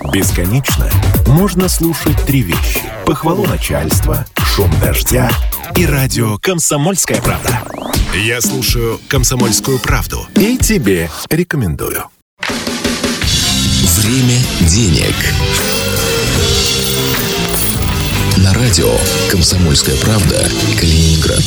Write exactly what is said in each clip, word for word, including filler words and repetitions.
Бесконечно можно слушать три вещи: похвалу начальства, шум дождя и радио «Комсомольская правда». Я слушаю «Комсомольскую правду» и тебе рекомендую. Время денег. На радио «Комсомольская правда», Калининград.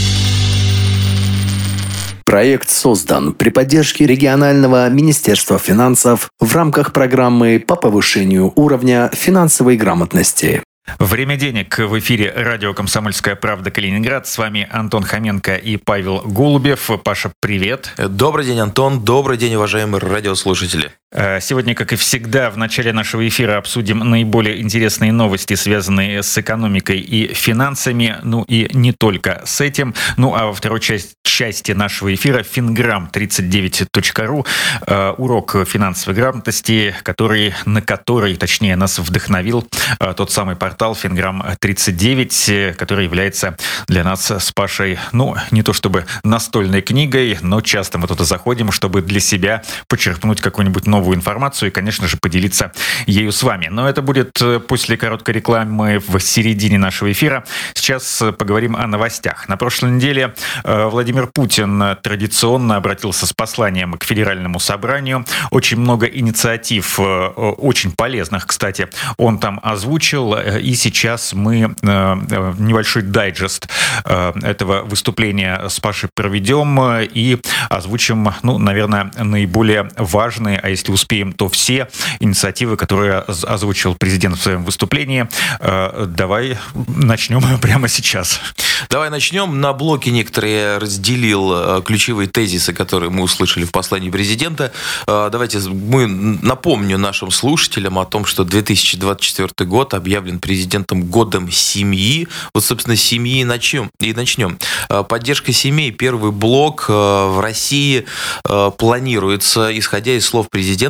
Проект создан при поддержке регионального Министерства финансов в рамках программы по повышению уровня финансовой грамотности. Время денег в эфире радио «Комсомольская правда», Калининград. С вами Антон Хоменко и Павел Голубев. Паша, привет. Добрый день, Антон. Добрый день, уважаемые радиослушатели. Сегодня, как и всегда, в начале нашего эфира обсудим наиболее интересные новости, связанные с экономикой и финансами, ну и не только с этим. Ну а во второй части, части нашего эфира финграмм тридцать девять точка ру, э, урок финансовой грамотности, который, на который, точнее, нас вдохновил э, тот самый портал финграмм тридцать девять, который является для нас с Пашей, ну, не то чтобы настольной книгой, но часто мы туда заходим, чтобы для себя почерпнуть какую-нибудь новую информацию и, конечно же, поделиться ею с вами. Но это будет после короткой рекламы в середине нашего эфира. Сейчас поговорим о новостях. На прошлой неделе Владимир Путин традиционно обратился с посланием к Федеральному собранию. Очень много инициатив, очень полезных, кстати, он там озвучил. И сейчас мы небольшой дайджест этого выступления с Пашей проведем и озвучим, ну, наверное, наиболее важные, а если успеем, то все инициативы, которые озвучил президент в своем выступлении. Давай начнем прямо сейчас. Давай начнем. На блоке некоторые разделил ключевые тезисы, которые мы услышали в послании президента. Давайте мы напомню нашим слушателям о том, что две тысячи двадцать четвёртый год объявлен президентом годом семьи. Вот, собственно, с семьи и начнем. И начнем. Поддержка семей. Первый блок в России планируется, исходя из слов президента,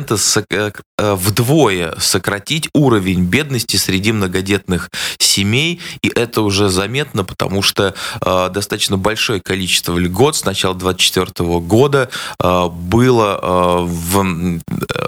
вдвое сократить уровень бедности среди многодетных семей. И это уже заметно, потому что достаточно большое количество льгот с начала двадцать четвёртого года было в...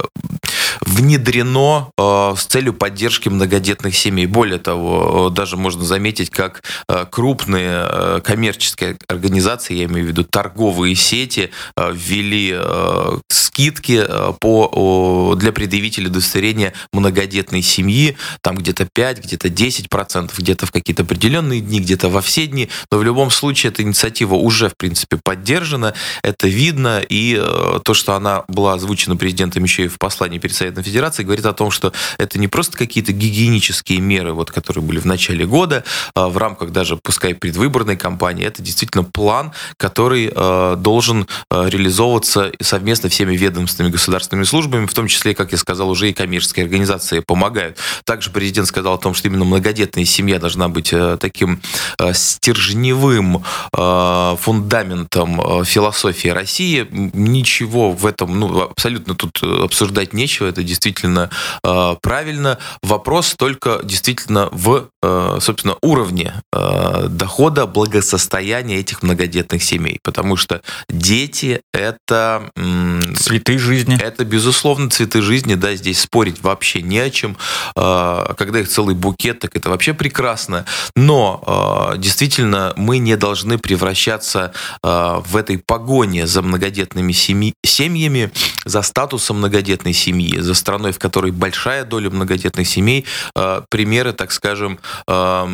внедрено э, с целью поддержки многодетных семей. Более того, даже можно заметить, как э, крупные э, коммерческие организации, я имею в виду торговые сети, э, ввели э, скидки э, по, э, для предъявителей удостоверения многодетной семьи. Там где-то пять, где-то десять процентов, где-то в какие-то определенные дни, где-то во все дни. Но в любом случае эта инициатива уже, в принципе, поддержана. Это видно. И э, то, что она была озвучена президентом еще и в послании перед Советом Федерации, говорит о том, что это не просто какие-то гигиенические меры, вот, которые были в начале года, в рамках даже, пускай, предвыборной кампании. Это действительно план, который э, должен э, реализовываться совместно всеми ведомственными государственными службами, в том числе, как я сказал, уже и коммерческие организации помогают. Также президент сказал о том, что именно многодетная семья должна быть э, таким э, стержневым э, фундаментом э, философии России. Ничего в этом, ну, абсолютно тут обсуждать нечего. Это действительно э, правильно. Вопрос только действительно в, э, собственно, уровне э, дохода, благосостояния этих многодетных семей. Потому что дети — это... М- цветы жизни. Это, безусловно, цветы жизни. Да, здесь спорить вообще не о чем. Э, когда их целый букет, так это вообще прекрасно. Но э, действительно мы не должны превращаться э, в этой погоне за многодетными семьи, семьями, за статусом многодетной семьи, за страной, в которой большая доля многодетных семей. Э, примеры, так скажем, э,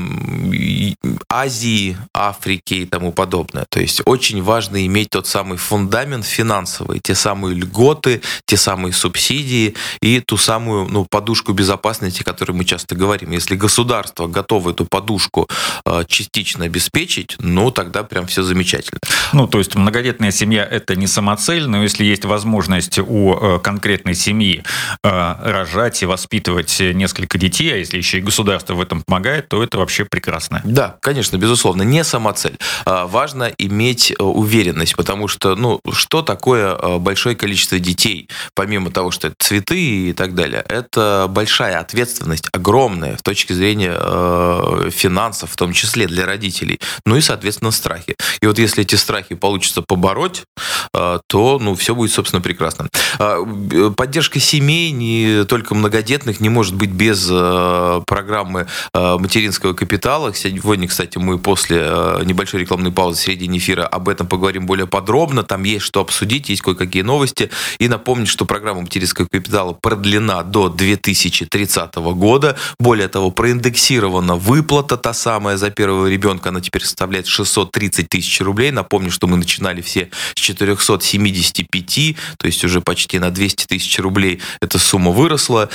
Азии, Африки и тому подобное. То есть очень важно иметь тот самый фундамент финансовый, те самые льготы, те самые субсидии и ту самую, ну, подушку безопасности, о которой мы часто говорим. Если государство готово эту подушку э, частично обеспечить, ну, тогда прям все замечательно. Ну, то есть многодетная семья – это не самоцель, но если есть возможность у э, конкретной семьи э, рожать и воспитывать несколько детей, а если еще и государство в этом помогает, то это вообще прекрасно. Да, конечно, безусловно, не самоцель. Э, важно иметь уверенность, потому что, ну, что такое большое количество детей, помимо того, что это цветы и так далее, это большая ответственность, огромная, с точки зрения э, финансов, в том числе для родителей. родителей. Ну и, соответственно, страхи. И вот если эти страхи получится побороть, то, ну, все будет, собственно, прекрасно. Поддержка семей, не только многодетных, не может быть без программы материнского капитала. Сегодня, кстати, мы после небольшой рекламной паузы в середине эфира об этом поговорим более подробно. Там есть что обсудить, есть кое-какие новости. И напомню, что программа материнского капитала продлена до две тысячи тридцатого года. Более того, проиндексирована выплата, та самая за первого ребенка, она теперь составляет шестьсот тридцать тысяч рублей. Напомню, что мы начинали все с четырехсот семидесяти пяти, то есть уже почти на двести тысяч рублей эта сумма выросла.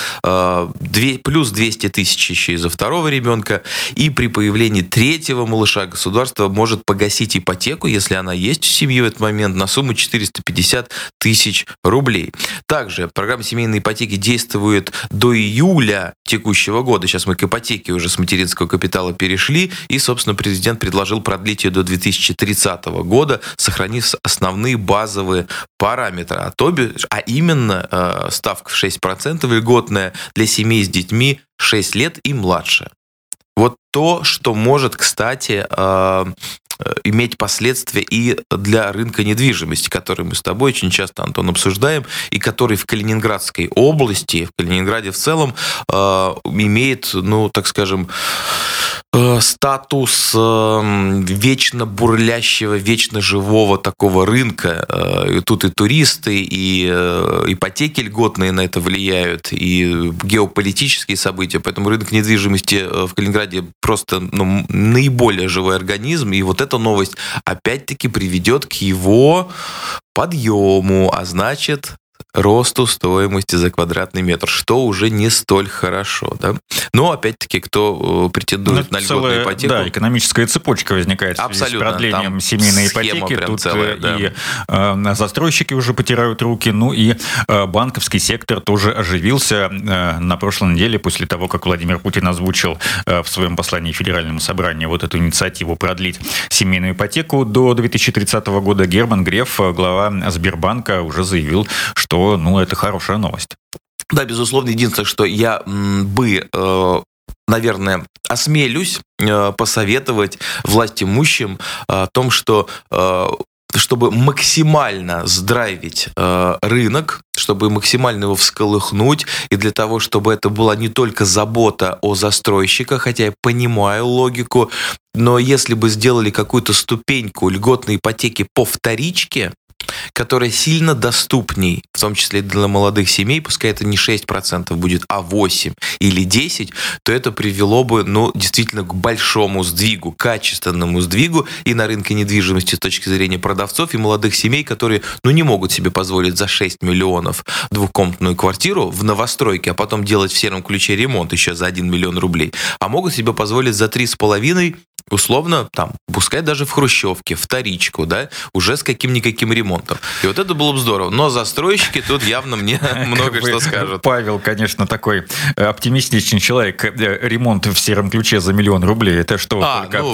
Плюс двести тысяч еще и за второго ребенка. И при появлении третьего малыша государство может погасить ипотеку, если она есть в семье в этот момент, на сумму четыреста пятьдесят тысяч рублей. Также программа семейной ипотеки действует до июля текущего года. Сейчас мы к ипотеке уже с материнского капитала перешли. И, собственно, президент предложил продлить ее до две тысячи тридцатого года, сохранив основные базовые параметры. А, то, а именно э, ставка в шесть процентов льготная для семей с детьми шесть лет и младше. Вот то, что может, кстати, э, иметь последствия и для рынка недвижимости, который мы с тобой очень часто, Антон, обсуждаем, и который в Калининградской области, в Калининграде в целом, э, имеет, ну, так скажем, э, статус э, вечно бурлящего, вечно живого такого рынка. Э, и тут и туристы, и э, ипотеки льготные на это влияют, и геополитические события, поэтому рынок недвижимости в Калининграде просто, ну, наиболее живой организм, и вот эта новость опять-таки приведет к его подъему, а значит, росту стоимости за квадратный метр, что уже не столь хорошо, да? Но, опять-таки, кто претендует ну, на льготную целая, ипотеку... Да, экономическая цепочка возникает в связи с продлением семейной ипотеки. Тут целая, да. и э, застройщики уже потирают руки, ну и э, банковский сектор тоже оживился э, на прошлой неделе после того, как Владимир Путин озвучил э, в своем послании Федеральному собранию вот эту инициативу продлить семейную ипотеку до две тысячи тридцатого года. Герман Греф, глава Сбербанка, уже заявил, что ну, это хорошая новость. Да, безусловно. Единственное, что я бы, наверное, осмелюсь посоветовать властимущим о том, что чтобы максимально сдрайвить рынок, чтобы максимально его всколыхнуть, и для того, чтобы это была не только забота о застройщиках, хотя я понимаю логику, но если бы сделали какую-то ступеньку льготной ипотеки по вторичке, которая сильно доступней, в том числе для молодых семей, пускай это не шесть процентов будет, а восемь или десять, то это привело бы, ну, действительно к большому сдвигу, качественному сдвигу и на рынке недвижимости с точки зрения продавцов и молодых семей, которые, ну, не могут себе позволить за шесть миллионов двухкомнатную квартиру в новостройке, а потом делать в сером ключе ремонт еще за один миллион рублей, а могут себе позволить за три с половиной, условно, там, пускай даже в хрущевке, вторичку, да, уже с каким-никаким ремонтом. И вот это было бы здорово. Но застройщики тут явно мне много что скажут. Павел, конечно, такой оптимистичный человек. Ремонт в сером ключе за миллион рублей. Это что? А, ну,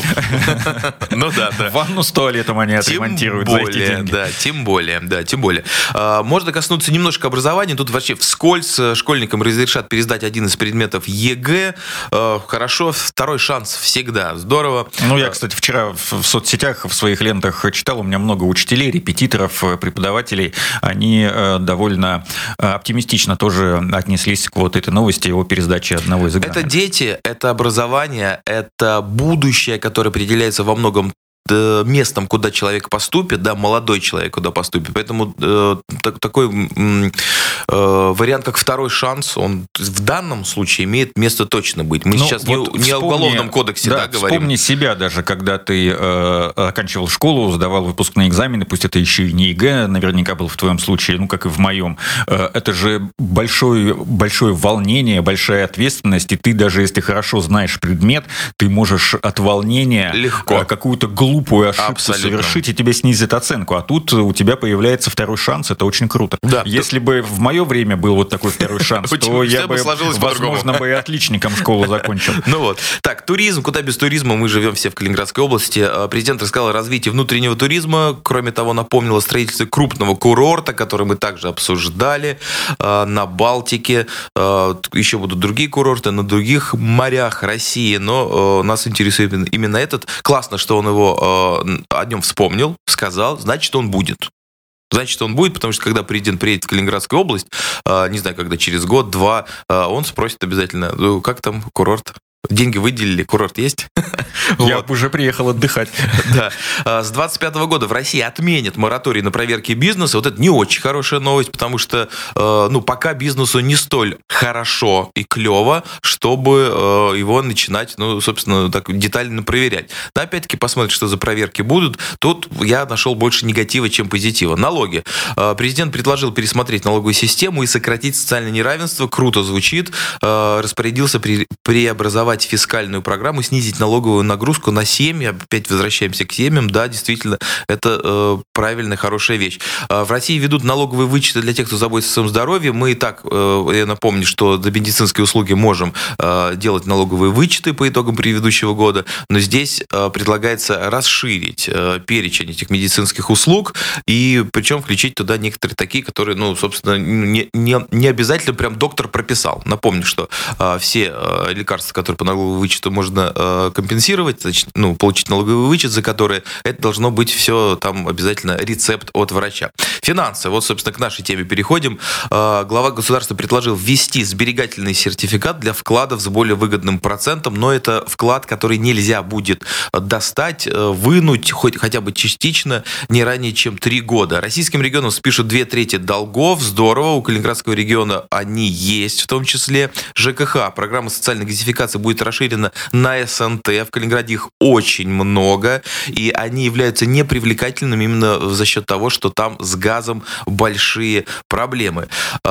ну да, да. Ванну с туалетом они отремонтируют за эти деньги. Да, тем более, да, тем более. Можно коснуться немножко образования. Тут вообще вскользь школьникам разрешат пересдать один из предметов ЕГЭ. Хорошо, второй шанс всегда. Здорово. Ну, я, кстати, вчера в соцсетях, в своих лентах читал, у меня много учителей, репетиторов, преподавателей, они довольно оптимистично тоже отнеслись к вот этой новости о пересдаче одного из экзаменов. Это дети, это образование, это будущее, которое определяется во многом местом, куда человек поступит, да, молодой человек куда поступит. Поэтому э, так, такой э, вариант, как второй шанс, он в данном случае имеет место точно быть. Мы ну, сейчас вот не, вспомни, не о уголовном кодексе, да, да, говорим. Вспомни себя даже, когда ты э, оканчивал школу, сдавал выпускные экзамены, пусть это еще и не ЕГЭ, наверняка был в твоем случае, ну, как и в моем. Э, это же большое, большое волнение, большая ответственность, и ты даже если хорошо знаешь предмет, ты можешь от волнения легко какую-то глупость глупую ошибку Абсолютно. совершить, и тебе снизят оценку. А тут у тебя появляется второй шанс, это очень круто. Да. Если бы в мое время был вот такой второй шанс, то я бы, возможно, бы и отличником школу закончил. Ну вот. Так, туризм. Куда без туризма? Мы живем все в Калининградской области. Президент рассказал о развитии внутреннего туризма. Кроме того, напомнил о строительстве крупного курорта, который мы также обсуждали на Балтике. Еще будут другие курорты на других морях России, но нас интересует именно этот. Классно, что он его о нем вспомнил, сказал, значит, он будет. Значит, он будет, потому что когда президент приедет в Калининградскую область, не знаю, когда через год-два, он спросит обязательно, ну, как там курорт? Деньги выделили, курорт есть? Я Вот. уже приехал отдыхать. Да. С двадцать пятого года в России отменят мораторий на проверки бизнеса. Вот это не очень хорошая новость, потому что ну, пока бизнесу не столь хорошо и клево, чтобы его начинать, ну, собственно, так детально проверять. Но опять-таки посмотрим, что за проверки будут. Тут я нашел больше негатива, чем позитива. Налоги. Президент предложил пересмотреть налоговую систему и сократить социальное неравенство. Круто звучит. Распорядился преобразовать фискальную программу, снизить налоговую нагрузку на семьи. Опять возвращаемся к семьям. Да, действительно, это э, правильная, хорошая вещь. Э, в России ведут налоговые вычеты для тех, кто заботится о своем здоровье. Мы и так, э, я напомню, что за медицинские услуги можем э, делать налоговые вычеты по итогам предыдущего года, но здесь э, предлагается расширить э, перечень этих медицинских услуг, и причем включить туда некоторые такие, которые, ну, собственно, не, не, не обязательно прям доктор прописал. Напомню, что э, все э, лекарства, которые по налоговому вычету можно э, компенсировать, значит, ну, получить налоговый вычет, за которые это должно быть все там обязательно рецепт от врача. Финансы. Вот, собственно, к нашей теме переходим. Э, глава государства предложил ввести сберегательный сертификат для вкладов с более выгодным процентом, но это вклад, который нельзя будет достать, э, вынуть хоть хотя бы частично не ранее, чем три года. Российским регионам спишут две трети долгов. Здорово. У Калининградского региона они есть, в том числе ЖКХ. Программа социальной газификации будет расширена на эс эн тэ. В Калининграде их очень много, и они являются непривлекательными именно за счет того, что там с газом большие проблемы.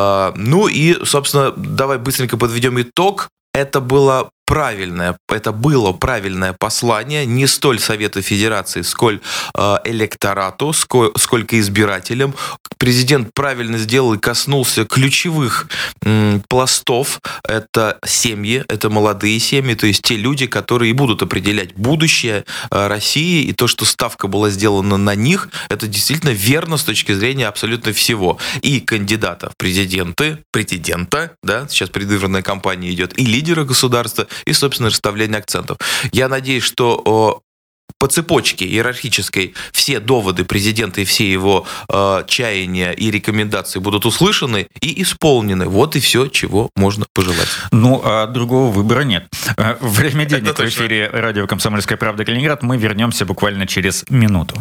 Ну и, собственно, давай быстренько подведем итог. Это было правильное, это было правильное послание не столь Совету Федерации, сколь э, электорату, сколь, сколько избирателям. Президент правильно сделал и коснулся ключевых м, пластов. Это семьи, это молодые семьи, то есть те люди, которые и будут определять будущее э, России, и то, что ставка была сделана на них, это действительно верно с точки зрения абсолютно всего. И кандидата в президенты, претендента, да, сейчас предвыборная кампания идет, и лидера государства, и, собственно, расставление акцентов. Я надеюсь, что о, по цепочке иерархической все доводы президента и все его э, чаяния и рекомендации будут услышаны и исполнены. Вот и все, чего можно пожелать. Ну, а другого выбора нет. Время денег в эфире радио «Комсомольская правда» Калининград. Мы вернемся буквально через минуту.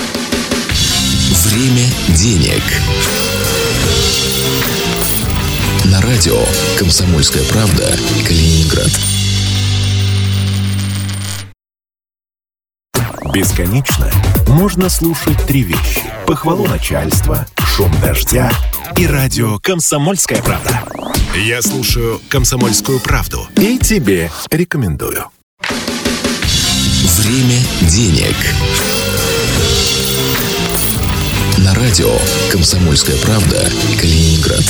Время денег. На радио «Комсомольская правда» Калининград. Бесконечно можно слушать три вещи: похвалу начальства, шум дождя и радио «Комсомольская правда». Я слушаю «Комсомольскую правду» и тебе рекомендую. Время денег. На радио «Комсомольская правда» Калининград.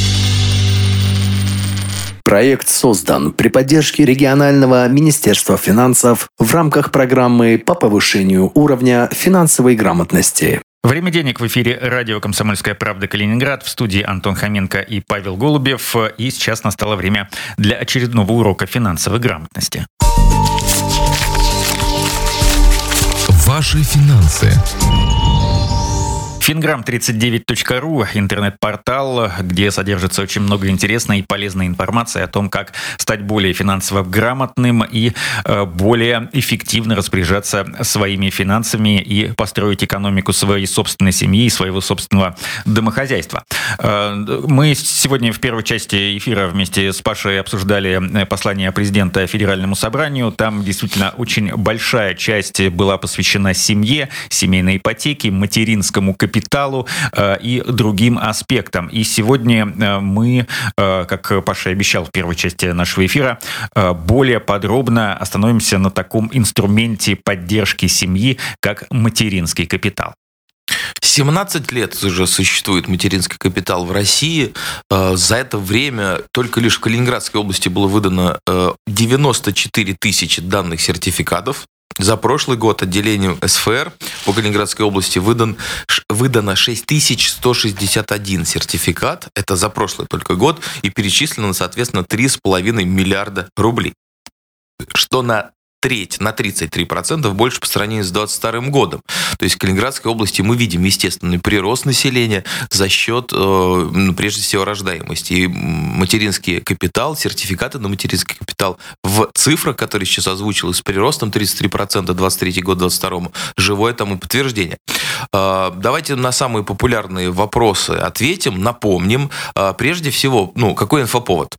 Проект создан при поддержке регионального Министерства финансов в рамках программы по повышению уровня финансовой грамотности. Время денег в эфире радио «Комсомольская правда» Калининград. В студии Антон Хоменко и Павел Голубев. И сейчас настало время для очередного урока финансовой грамотности. Ваши финансы. Финграм тридцать девять точка ру – интернет-портал, где содержится очень много интересной и полезной информации о том, как стать более финансово грамотным и более эффективно распоряжаться своими финансами и построить экономику своей собственной семьи и своего собственного домохозяйства. Мы сегодня в первой части эфира вместе с Пашей обсуждали послание президента Федеральному собранию. Там действительно очень большая часть была посвящена семье, семейной ипотеке, материнскому капиталу. капиталу и другим аспектам. И сегодня мы, как Паша обещал в первой части нашего эфира, более подробно остановимся на таком инструменте поддержки семьи, как материнский капитал. семнадцать лет уже существует материнский капитал в России. За это время только лишь в Калининградской области было выдано девяносто четыре тысячи данных сертификатов. За прошлый год отделением эс эф эр по Калининградской области выдан, выдано шесть тысяч сто шестьдесят один сертификат. Это за прошлый только год. И перечислено, соответственно, три с половиной миллиарда рублей. Что на треть, на тридцать три процента больше по сравнению с двадцать вторым годом. То есть в Калининградской области мы видим естественный прирост населения за счет, ну, прежде всего, рождаемости. И материнский капитал, сертификаты на материнский капитал в цифрах, которые сейчас озвучил, с приростом тридцать три процента двадцать третий год, двадцать второму, живое тому подтверждение. Давайте на самые популярные вопросы ответим, напомним. Прежде всего, ну, какой инфоповод?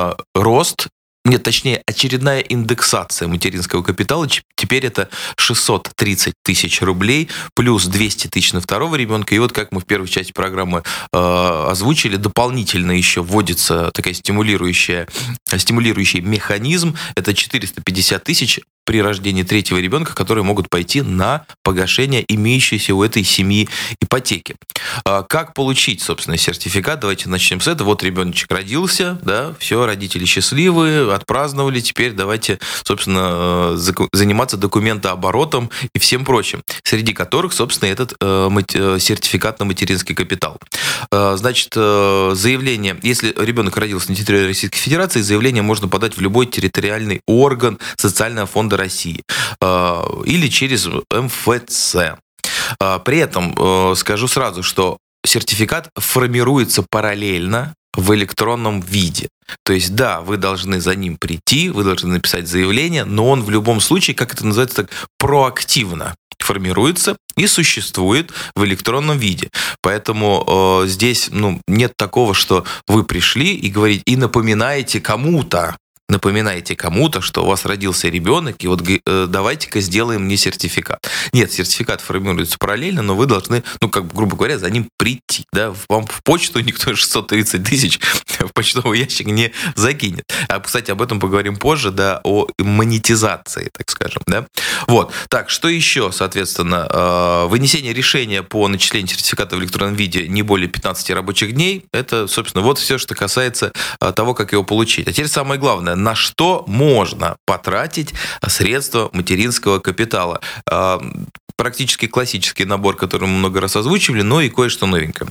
Рост. Нет, точнее, очередная индексация материнского капитала. Теперь это шестьсот тридцать тысяч рублей, плюс двести тысяч на второго ребенка. И вот, как мы в первой части программы э, озвучили, дополнительно еще вводится такой стимулирующий, стимулирующий механизм. Это четыреста пятьдесят тысяч при рождении третьего ребенка, которые могут пойти на погашение имеющейся у этой семьи ипотеки. Как получить, собственно, сертификат? Давайте начнем с этого. Вот ребеночек родился, да, все, родители счастливые, отпраздновали, теперь давайте, собственно, заниматься документооборотом и всем прочим, среди которых, собственно, этот сертификат на материнский капитал. Значит, заявление, если ребенок родился на территории Российской Федерации, заявление можно подать в любой территориальный орган Социального фонда России или через эм эф цэ. При этом скажу сразу, что сертификат формируется параллельно в электронном виде. То есть, да, вы должны за ним прийти, вы должны написать заявление, но он в любом случае, как это называется, так, проактивно формируется и существует в электронном виде. Поэтому э, здесь, ну, нет такого, что вы пришли и говорите, и напоминаете кому-то, напоминаете кому-то, что у вас родился ребенок, и вот э, давайте-ка сделаем мне сертификат. Нет, сертификат формируется параллельно, но вы должны, ну, как бы, грубо говоря, за ним прийти. Да? Вам в почту никто шестьсот тридцать тысяч в почтовый ящик не закинет. А, кстати, об этом поговорим позже, да, о монетизации, так скажем. Да? Вот. Так, что еще, соответственно, э, вынесение решения по начислению сертификата в электронном виде не более пятнадцати рабочих дней. Это, собственно, вот все, что касается э, того, как его получить. А теперь самое главное, на что можно потратить средства материнского капитала. Практически классический набор, который мы много раз озвучивали, но и кое-что новенькое.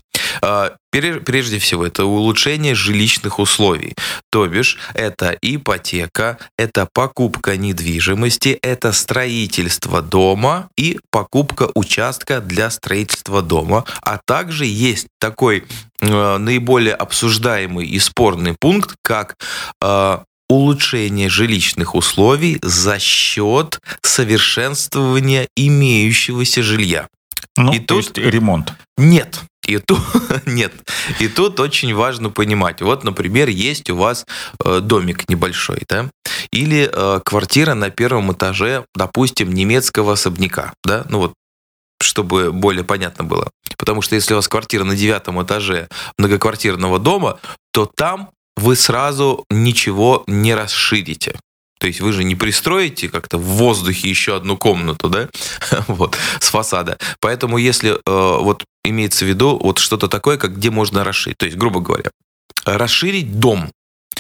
Прежде всего, это улучшение жилищных условий. То бишь, это ипотека, это покупка недвижимости, это строительство дома и покупка участка для строительства дома. А также есть такой э, наиболее обсуждаемый и спорный пункт, как э, улучшение жилищных условий за счет совершенствования имеющегося жилья. Ну, и то тут есть ремонт. Нет. И тут, нет. И тут очень важно понимать. Вот, например, есть у вас э, домик небольшой, да, или э, квартира на первом этаже, допустим, немецкого особняка, да, ну вот, чтобы более понятно было. Потому что если у вас квартира на девятом этаже многоквартирного дома, то там вы сразу ничего не расширите. То есть вы же не пристроите как-то в воздухе еще одну комнату, да, вот, с фасада. Поэтому если э, вот имеется в виду вот что-то такое, как где можно расширить. То есть, грубо говоря, расширить дом,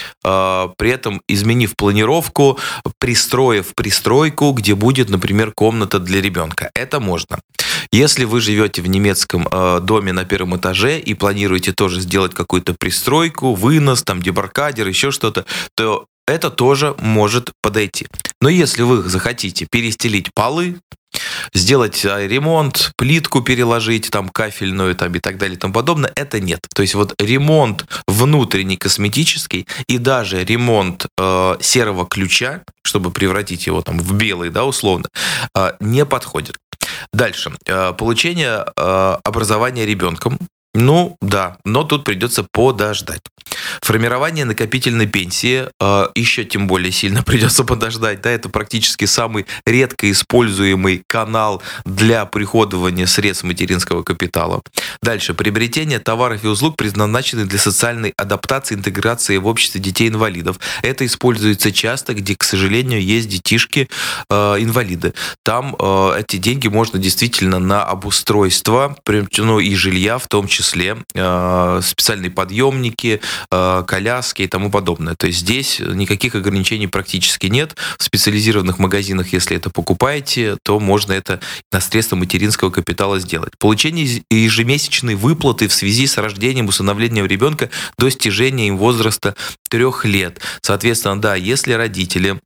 э, при этом изменив планировку, пристроив пристройку, где будет, например, комната для ребенка. Это можно. Если вы живете в немецком э, доме на первом этаже и планируете тоже сделать какую-то пристройку, вынос, там, дебаркадер, еще что-то, то это тоже может подойти. Но если вы захотите перестелить полы, сделать ремонт, плитку переложить, там, кафельную, там, и так далее и тому подобное, это нет. То есть вот ремонт внутренний косметический и даже ремонт э, серого ключа, чтобы превратить его там в белый, да, условно, э, не подходит. Дальше. Э, получение э, образования ребенком. Ну, да, но тут придется подождать. Формирование накопительной пенсии э, еще тем более сильно придется подождать. Да, это практически самый редко используемый канал для приходования средств материнского капитала. Дальше. Приобретение товаров и услуг, предназначенных для социальной адаптации и интеграции в обществе детей-инвалидов. Это используется часто, где, к сожалению, есть детишки-инвалиды. Там э, эти деньги можно действительно на обустройство, ну, и жилья в том числе, э, специальные подъемники, э, коляски и тому подобное. То есть здесь никаких ограничений практически нет. В специализированных магазинах, если это покупаете, то можно это на средства материнского капитала сделать. Получение ежемесячной выплаты в связи с рождением, усыновлением ребенка до достижения им возраста трех лет. Соответственно, да, если родители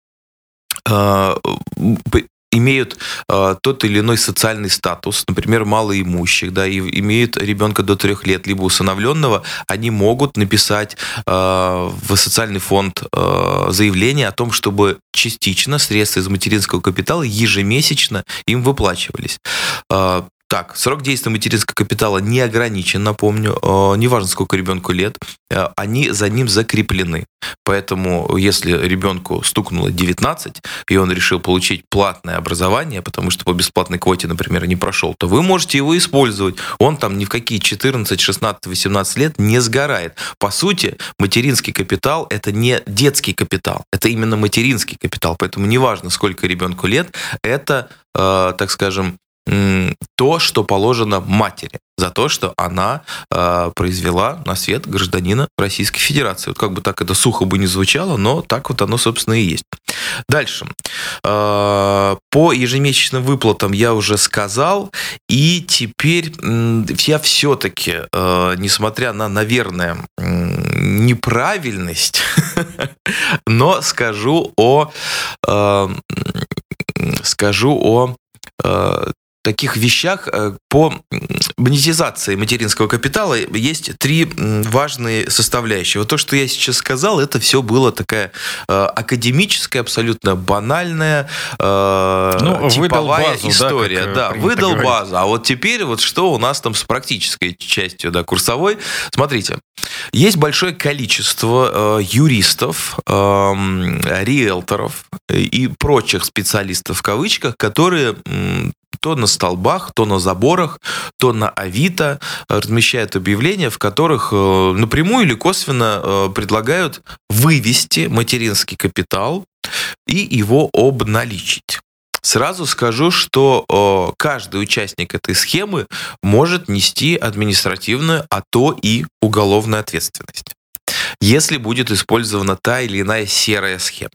э, имеют э, тот или иной социальный статус, например, малоимущих, да, и имеют ребенка до трех лет, либо усыновленного, они могут написать э, в социальный фонд э, заявление о том, чтобы частично средства из материнского капитала ежемесячно им выплачивались. Э, Так, срок действия материнского капитала не ограничен, напомню, неважно, сколько ребенку лет, они за ним закреплены. Поэтому, если ребенку стукнуло девятнадцать, и он решил получить платное образование, потому что по бесплатной квоте, например, не прошел, то вы можете его использовать. Он там ни в какие четырнадцать, шестнадцать, восемнадцать лет не сгорает. По сути, материнский капитал – это не детский капитал, это именно материнский капитал. Поэтому неважно, сколько ребенку лет, это, э, так скажем, то, что положено матери за то, что она э, произвела на свет гражданина Российской Федерации. Вот как бы так это сухо бы не звучало, но так вот оно, собственно, и есть. Дальше. Э, по ежемесячным выплатам я уже сказал, и теперь э, я все-таки, э, несмотря на, наверное, неправильность, но скажу о э, скажу о э, таких вещах. По монетизации материнского капитала есть три важные составляющие. Вот то, что я сейчас сказал, это все было такая э, академическая, абсолютно банальная, э, ну, типовая базу, история. Да, да, выдал говорить. базу. А вот теперь вот что у нас там с практической частью, да, курсовой. Смотрите, есть большое количество э, юристов, э, риэлторов и прочих специалистов в кавычках, которые э, то на столбах, то на заборах, то на Авито размещают объявления, в которых напрямую или косвенно предлагают вывести материнский капитал и его обналичить. Сразу скажу, что каждый участник этой схемы может нести административную, а то и уголовную ответственность, если будет использована та или иная серая схема.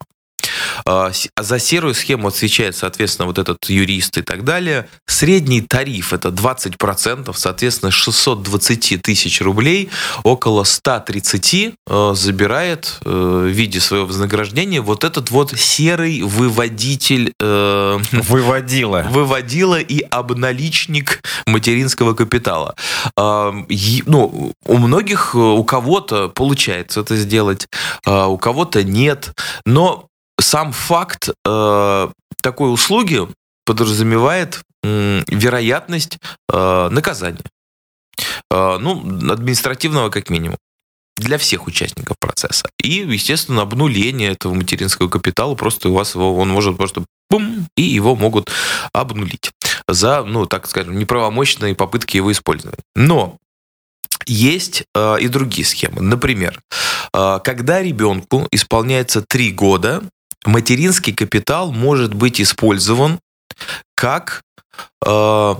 За серую схему отвечает, соответственно, вот этот юрист и так далее. Средний тариф – это двадцать процентов, соответственно, шестьсот двадцать тысяч рублей, около сто тридцать забирает в виде своего вознаграждения вот этот вот серый выводитель. Выводила. Выводила и обналичник материнского капитала. Ну, у многих, у кого-то получается это сделать, у кого-то нет, но сам факт э, такой услуги подразумевает э, вероятность э, наказания. Э, ну, административного как минимум. Для всех участников процесса. И, естественно, обнуление этого материнского капитала. Просто у вас его, он может просто бум, и его могут обнулить за, ну, так скажем, неправомочные попытки его использовать. Но есть э, и другие схемы. Например, э, когда ребенку исполняется три года, материнский капитал может быть использован как э,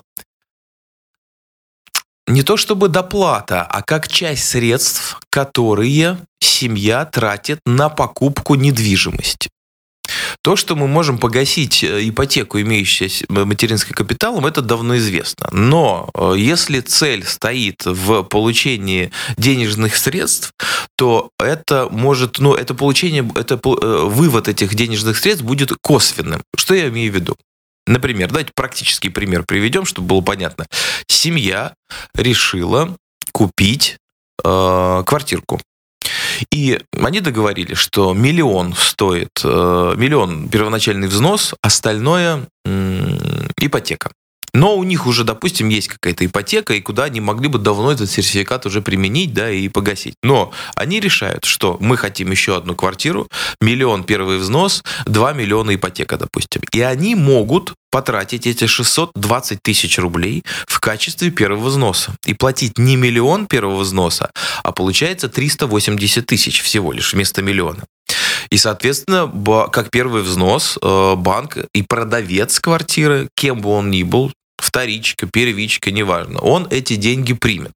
не то чтобы доплата, а как часть средств, которые семья тратит на покупку недвижимости. То, что мы можем погасить ипотеку, имеющуюся материнским капиталом, это давно известно. Но если цель стоит в получении денежных средств, то это может, ну, это получение, это вывод этих денежных средств будет косвенным. Что я имею в виду? Например, давайте практический пример приведем, чтобы было понятно. Семья решила купить э, квартирку. И они договорились, что миллион стоит, э, миллион первоначальный взнос, остальное э, ипотека. Но у них уже, допустим, есть какая-то ипотека, и куда они могли бы давно этот сертификат уже применить, да, и погасить. Но они решают, что мы хотим еще одну квартиру, миллион первый взнос, два миллиона ипотека, допустим. И они могут потратить эти шестьсот двадцать тысяч рублей в качестве первого взноса. И платить не миллион первого взноса, а получается триста восемьдесят тысяч всего лишь вместо миллиона. И, соответственно, как первый взнос банк и продавец квартиры, кем бы он ни был, вторичка, первичка, неважно, он эти деньги примет.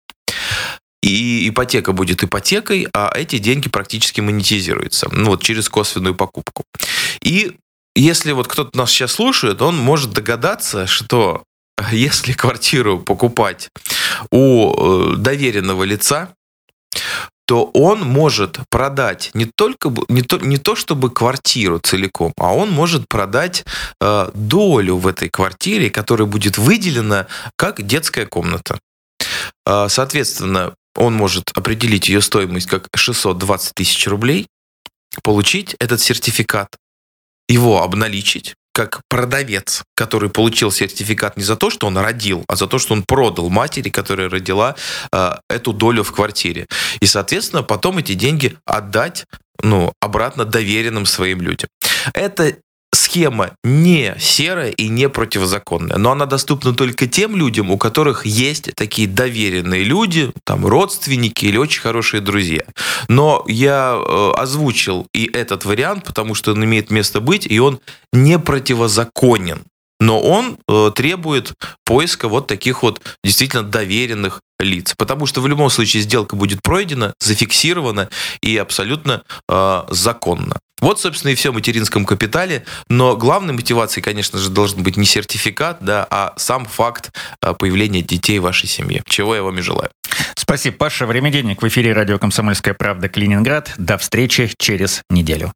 И ипотека будет ипотекой, а эти деньги практически монетизируются. Ну, вот через косвенную покупку. И если вот кто-то нас сейчас слушает, он может догадаться, что если квартиру покупать у доверенного лица, то он может продать не только не то, не то чтобы квартиру целиком, а он может продать э, долю в этой квартире, которая будет выделена как детская комната. Э, соответственно, он может определить ее стоимость как шестьсот двадцать тысяч рублей, получить этот сертификат, его обналичить как продавец, который получил сертификат не за то, что он родил, а за то, что он продал матери, которая родила э, эту долю в квартире. И, соответственно, потом эти деньги отдать, ну, обратно доверенным своим людям. Это схема не серая и не противозаконная, но она доступна только тем людям, у которых есть такие доверенные люди, там, родственники или очень хорошие друзья. Но я э, озвучил и этот вариант, потому что он имеет место быть, и он не противозаконен. Но он э, требует поиска вот таких вот действительно доверенных лиц. Потому что в любом случае сделка будет пройдена, зафиксирована и абсолютно э, законна. Вот, собственно, и все о материнском капитале. Но главной мотивацией, конечно же, должен быть не сертификат, да, а сам факт появления детей в вашей семье. Чего я вам и желаю. Спасибо, Паша. «Время денег» в эфире радио «Комсомольская правда» Калининград. До встречи через неделю.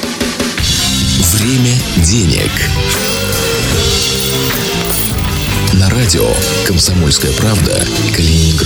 Время денег. На радио «Комсомольская правда» Калининград.